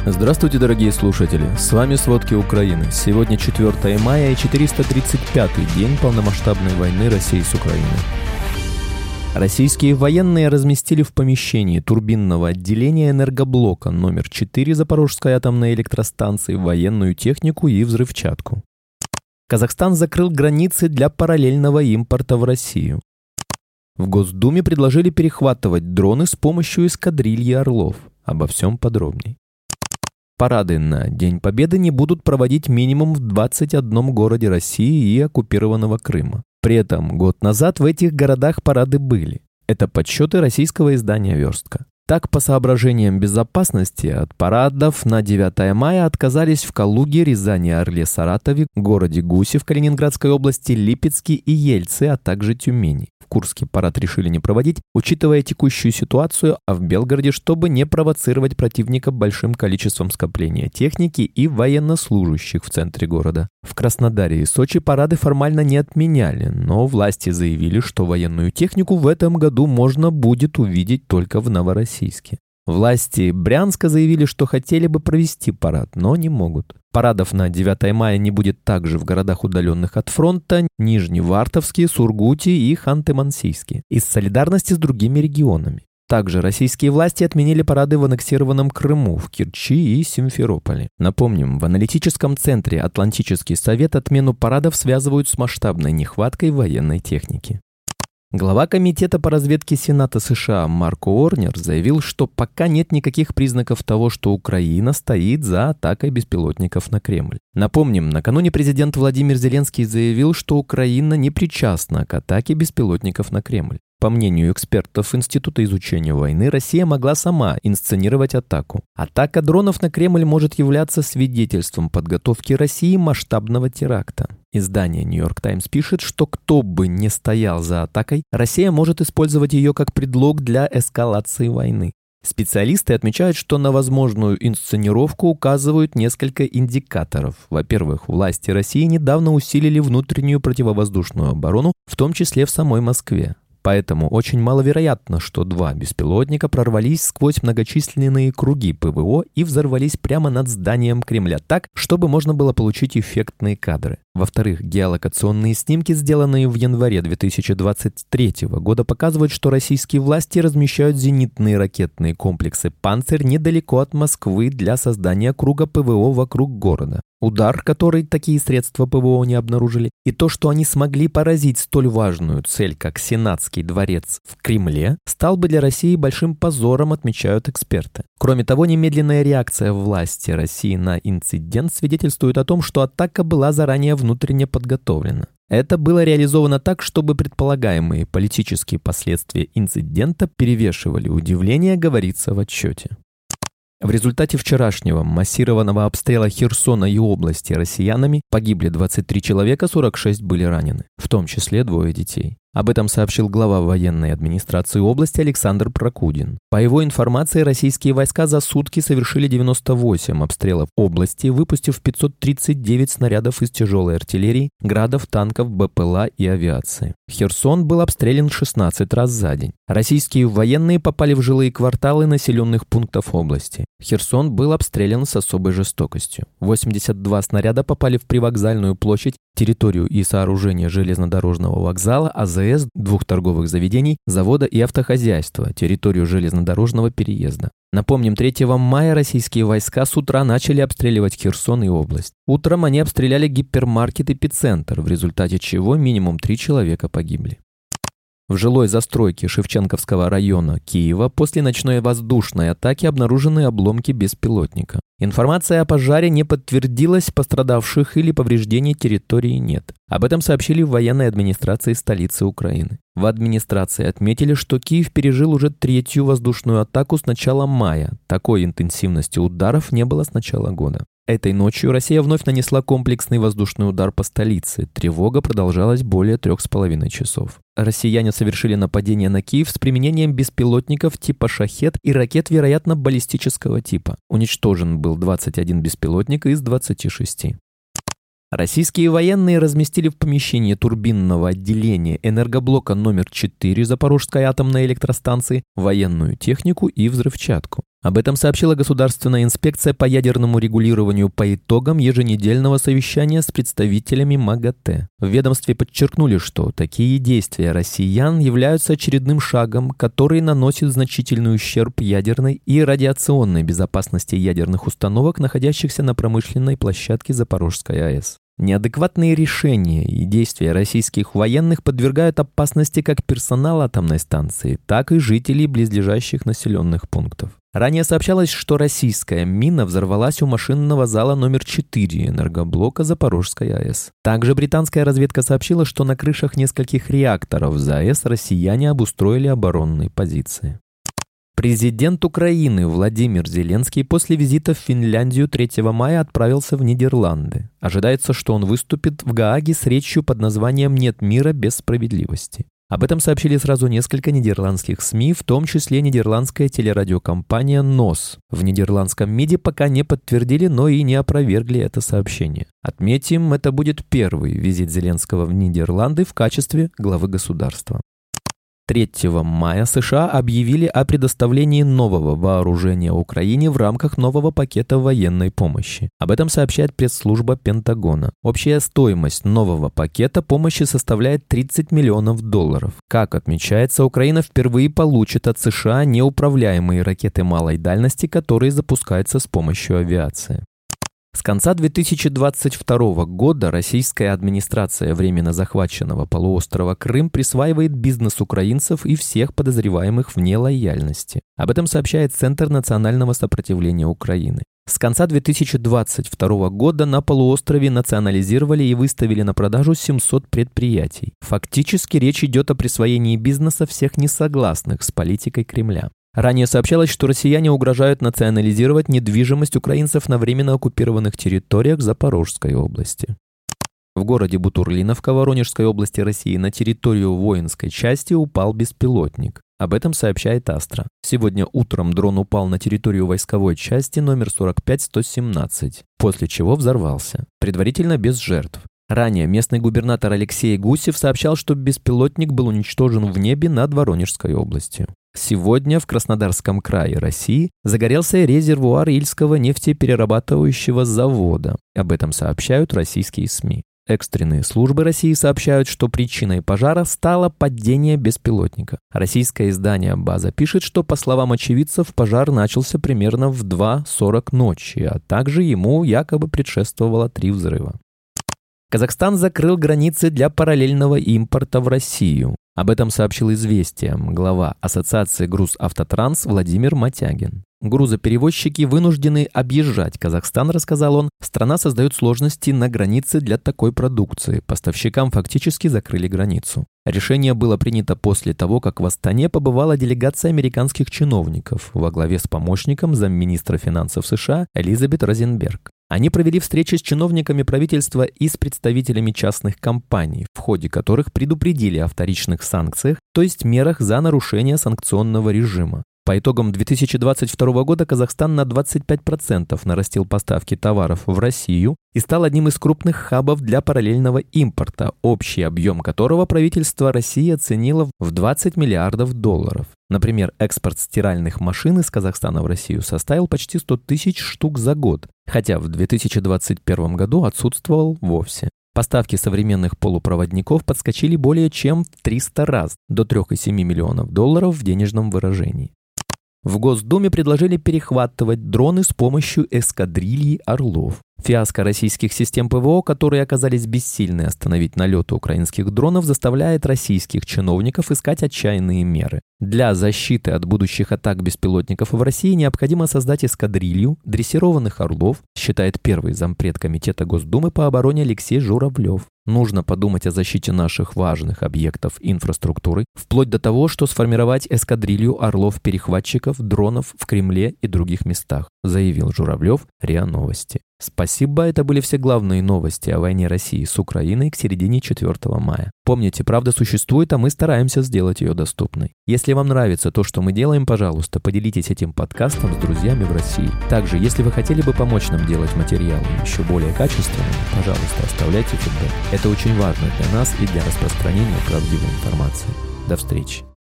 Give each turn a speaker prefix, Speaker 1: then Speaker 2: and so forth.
Speaker 1: Здравствуйте, дорогие слушатели! С вами «Сводки Украины». Сегодня 4 мая и 435-й день полномасштабной войны России с Украиной. Российские военные разместили в помещении турбинного отделения энергоблока номер 4 Запорожской атомной электростанции военную технику и взрывчатку. Казахстан закрыл границы для параллельного импорта в Россию. В Госдуме предложили перехватывать дроны с помощью эскадрильи «Орлов». Обо всем подробней. Парады на День Победы не будут проводить минимум в 21 городе России и оккупированного Крыма. При этом год назад в этих городах парады были. Это подсчеты российского издания «Верстка». Так, по соображениям безопасности, от парадов на 9 мая отказались в Калуге, Рязани, Орле, Саратове, городе Гуси в Калининградской области, Липецке и Ельце, а также Тюмени. В Курске парад решили не проводить, учитывая текущую ситуацию, а в Белгороде, чтобы не провоцировать противника большим количеством скопления техники и военнослужащих в центре города. В Краснодаре и Сочи парады формально не отменяли, но власти заявили, что военную технику в этом году можно будет увидеть только в Новороссийске. Власти Брянска заявили, что хотели бы провести парад, но не могут. Парадов на 9 мая не будет также в городах, удаленных от фронта, Нижневартовске, Сургуте и Ханты-Мансийске, из солидарности с другими регионами. Также российские власти отменили парады в аннексированном Крыму, в Керчи и Симферополе. Напомним, в аналитическом центре «Атлантический совет» отмену парадов связывают с масштабной нехваткой военной техники. Глава Комитета по разведке Сената США Марко Орнер заявил, что пока нет никаких признаков того, что Украина стоит за атакой беспилотников на Кремль. Напомним, накануне президент Владимир Зеленский заявил, что Украина не причастна к атаке беспилотников на Кремль. По мнению экспертов Института изучения войны, Россия могла сама инсценировать атаку. Атака дронов на Кремль может являться свидетельством подготовки России масштабного теракта. Издание New York Times пишет, что кто бы ни стоял за атакой, Россия может использовать ее как предлог для эскалации войны. Специалисты отмечают, что на возможную инсценировку указывают несколько индикаторов. Во-первых, власти России недавно усилили внутреннюю противовоздушную оборону, в том числе в самой Москве. Поэтому очень маловероятно, что два беспилотника прорвались сквозь многочисленные круги ПВО и взорвались прямо над зданием Кремля так, чтобы можно было получить эффектные кадры. Во-вторых, геолокационные снимки, сделанные в январе 2023 года, показывают, что российские власти размещают зенитные ракетные комплексы «Панцирь» недалеко от Москвы для создания круга ПВО вокруг города. Удар, который такие средства ПВО не обнаружили, и то, что они смогли поразить столь важную цель, как Сенатский дворец в Кремле, стал бы для России большим позором, отмечают эксперты. Кроме того, немедленная реакция власти России на инцидент свидетельствует о том, что атака была заранее внутренне подготовлена. Это было реализовано так, чтобы предполагаемые политические последствия инцидента перевешивали удивление, говорится в отчете. В результате вчерашнего массированного обстрела Херсона и области россиянами погибли 23 человека, 46 были ранены, в том числе 2 детей. Об этом сообщил глава военной администрации области Александр Прокудин. По его информации, российские войска за сутки совершили 98 обстрелов области, выпустив 539 снарядов из тяжелой артиллерии, градов, танков, БПЛА и авиации. Херсон был обстрелян 16 раз за день. Российские военные попали в жилые кварталы населенных пунктов области. Херсон был обстрелян с особой жестокостью. 82 снаряда попали в привокзальную площадь, территорию и сооружения железнодорожного вокзала, АЗС, 2 торговых заведений, завода и автохозяйства, территорию железнодорожного переезда. Напомним, 3 мая российские войска с утра начали обстреливать Херсон и область. Утром они обстреляли гипермаркет «Эпицентр», в результате чего минимум 3 человека погибли. В жилой застройке Шевченковского района Киева после ночной воздушной атаки обнаружены обломки беспилотника. Информация о пожаре не подтвердилась, пострадавших или повреждений территории нет. Об этом сообщили в военной администрации столицы Украины. В администрации отметили, что Киев пережил уже 3-ю воздушную атаку с начала мая. Такой интенсивности ударов не было с начала года. Этой ночью Россия вновь нанесла комплексный воздушный удар по столице. Тревога продолжалась более 3,5 часов. Россияне совершили нападение на Киев с применением беспилотников типа «Шахед» и ракет, вероятно, баллистического типа. Уничтожен был 21 беспилотник из 26. Российские военные разместили в помещении турбинного отделения энергоблока номер 4 Запорожской атомной электростанции военную технику и взрывчатку. Об этом сообщила Государственная инспекция по ядерному регулированию по итогам еженедельного совещания с представителями МАГАТЭ. В ведомстве подчеркнули, что такие действия россиян являются очередным шагом, который наносит значительный ущерб ядерной и радиационной безопасности ядерных установок, находящихся на промышленной площадке Запорожской АЭС. Неадекватные решения и действия российских военных подвергают опасности как персонал атомной станции, так и жителей близлежащих населенных пунктов. Ранее сообщалось, что российская мина взорвалась у машинного зала номер 4 энергоблока Запорожской АЭС. Также британская разведка сообщила, что на крышах нескольких реакторов ЗАЭС россияне обустроили оборонные позиции. Президент Украины Владимир Зеленский после визита в Финляндию 3 мая отправился в Нидерланды. Ожидается, что он выступит в Гааге с речью под названием «Нет мира без справедливости». Об этом сообщили сразу несколько нидерландских СМИ, в том числе нидерландская телерадиокомпания НОС. В нидерландском МИДе пока не подтвердили, но и не опровергли это сообщение. Отметим, это будет первый визит Зеленского в Нидерланды в качестве главы государства. 3 мая США объявили о предоставлении нового вооружения Украине в рамках нового пакета военной помощи. Об этом сообщает пресс-служба Пентагона. Общая стоимость нового пакета помощи составляет $30 миллионов. Как отмечается, Украина впервые получит от США неуправляемые ракеты малой дальности, которые запускаются с помощью авиации. С конца 2022 года российская администрация временно захваченного полуострова Крым присваивает бизнес украинцев и всех подозреваемых в нелояльности. Об этом сообщает Центр национального сопротивления Украины. С конца 2022 года на полуострове национализировали и выставили на продажу 700 предприятий. Фактически речь идет о присвоении бизнеса всех несогласных с политикой Кремля. Ранее сообщалось, что россияне угрожают национализировать недвижимость украинцев на временно оккупированных территориях Запорожской области. В городе Бутурлиновка Воронежской области России на территорию воинской части упал беспилотник. Об этом сообщает Астра. Сегодня утром дрон упал на территорию войсковой части номер 45117, после чего взорвался. Предварительно без жертв. Ранее местный губернатор Алексей Гусев сообщал, что беспилотник был уничтожен в небе над Воронежской областью. Сегодня в Краснодарском крае России загорелся резервуар Ильского нефтеперерабатывающего завода. Об этом сообщают российские СМИ. Экстренные службы России сообщают, что причиной пожара стало падение беспилотника. Российское издание «База» пишет, что, по словам очевидцев, пожар начался примерно в 2:40 ночи, а также ему якобы предшествовало 3 взрыва. Казахстан закрыл границы для параллельного импорта в Россию. Об этом сообщил «Известиям» глава Ассоциации «Грузавтотранс» Владимир Матягин. Грузоперевозчики вынуждены объезжать Казахстан, рассказал он. Страна создает сложности на границе для такой продукции. Поставщикам фактически закрыли границу. Решение было принято после того, как в Астане побывала делегация американских чиновников во главе с помощником замминистра финансов США Элизабет Розенберг. Они провели встречи с чиновниками правительства и с представителями частных компаний, в ходе которых предупредили о вторичных санкциях, то есть мерах за нарушение санкционного режима. По итогам 2022 года Казахстан на 25% нарастил поставки товаров в Россию и стал одним из крупных хабов для параллельного импорта, общий объем которого правительство России оценило в $20 миллиардов. Например, экспорт стиральных машин из Казахстана в Россию составил почти 100 тысяч штук за год, хотя в 2021 году отсутствовал вовсе. Поставки современных полупроводников подскочили более чем в 300 раз, до $3,7 миллионов в денежном выражении. В Госдуме предложили перехватывать дроны с помощью эскадрильи «Орлов». Фиаско российских систем ПВО, которые оказались бессильны остановить налеты украинских дронов, заставляет российских чиновников искать отчаянные меры. Для защиты от будущих атак беспилотников в России необходимо создать эскадрилью дрессированных «Орлов», считает первый зампред Комитета Госдумы по обороне Алексей Журавлев. Нужно подумать о защите наших важных объектов инфраструктуры, вплоть до того, что сформировать эскадрилью «Орлов-перехватчиков» дронов в Кремле и других местах, заявил Журавлев РИА Новости. Спасибо, это были все главные новости о войне России с Украиной к середине 4 мая. Помните, правда существует, а мы стараемся сделать ее доступной. Если вам нравится то, что мы делаем, пожалуйста, поделитесь этим подкастом с друзьями в России. Также, если вы хотели бы помочь нам делать материалы еще более качественными, пожалуйста, оставляйте фидбэк. Это очень важно для нас и для распространения правдивой информации. До встречи.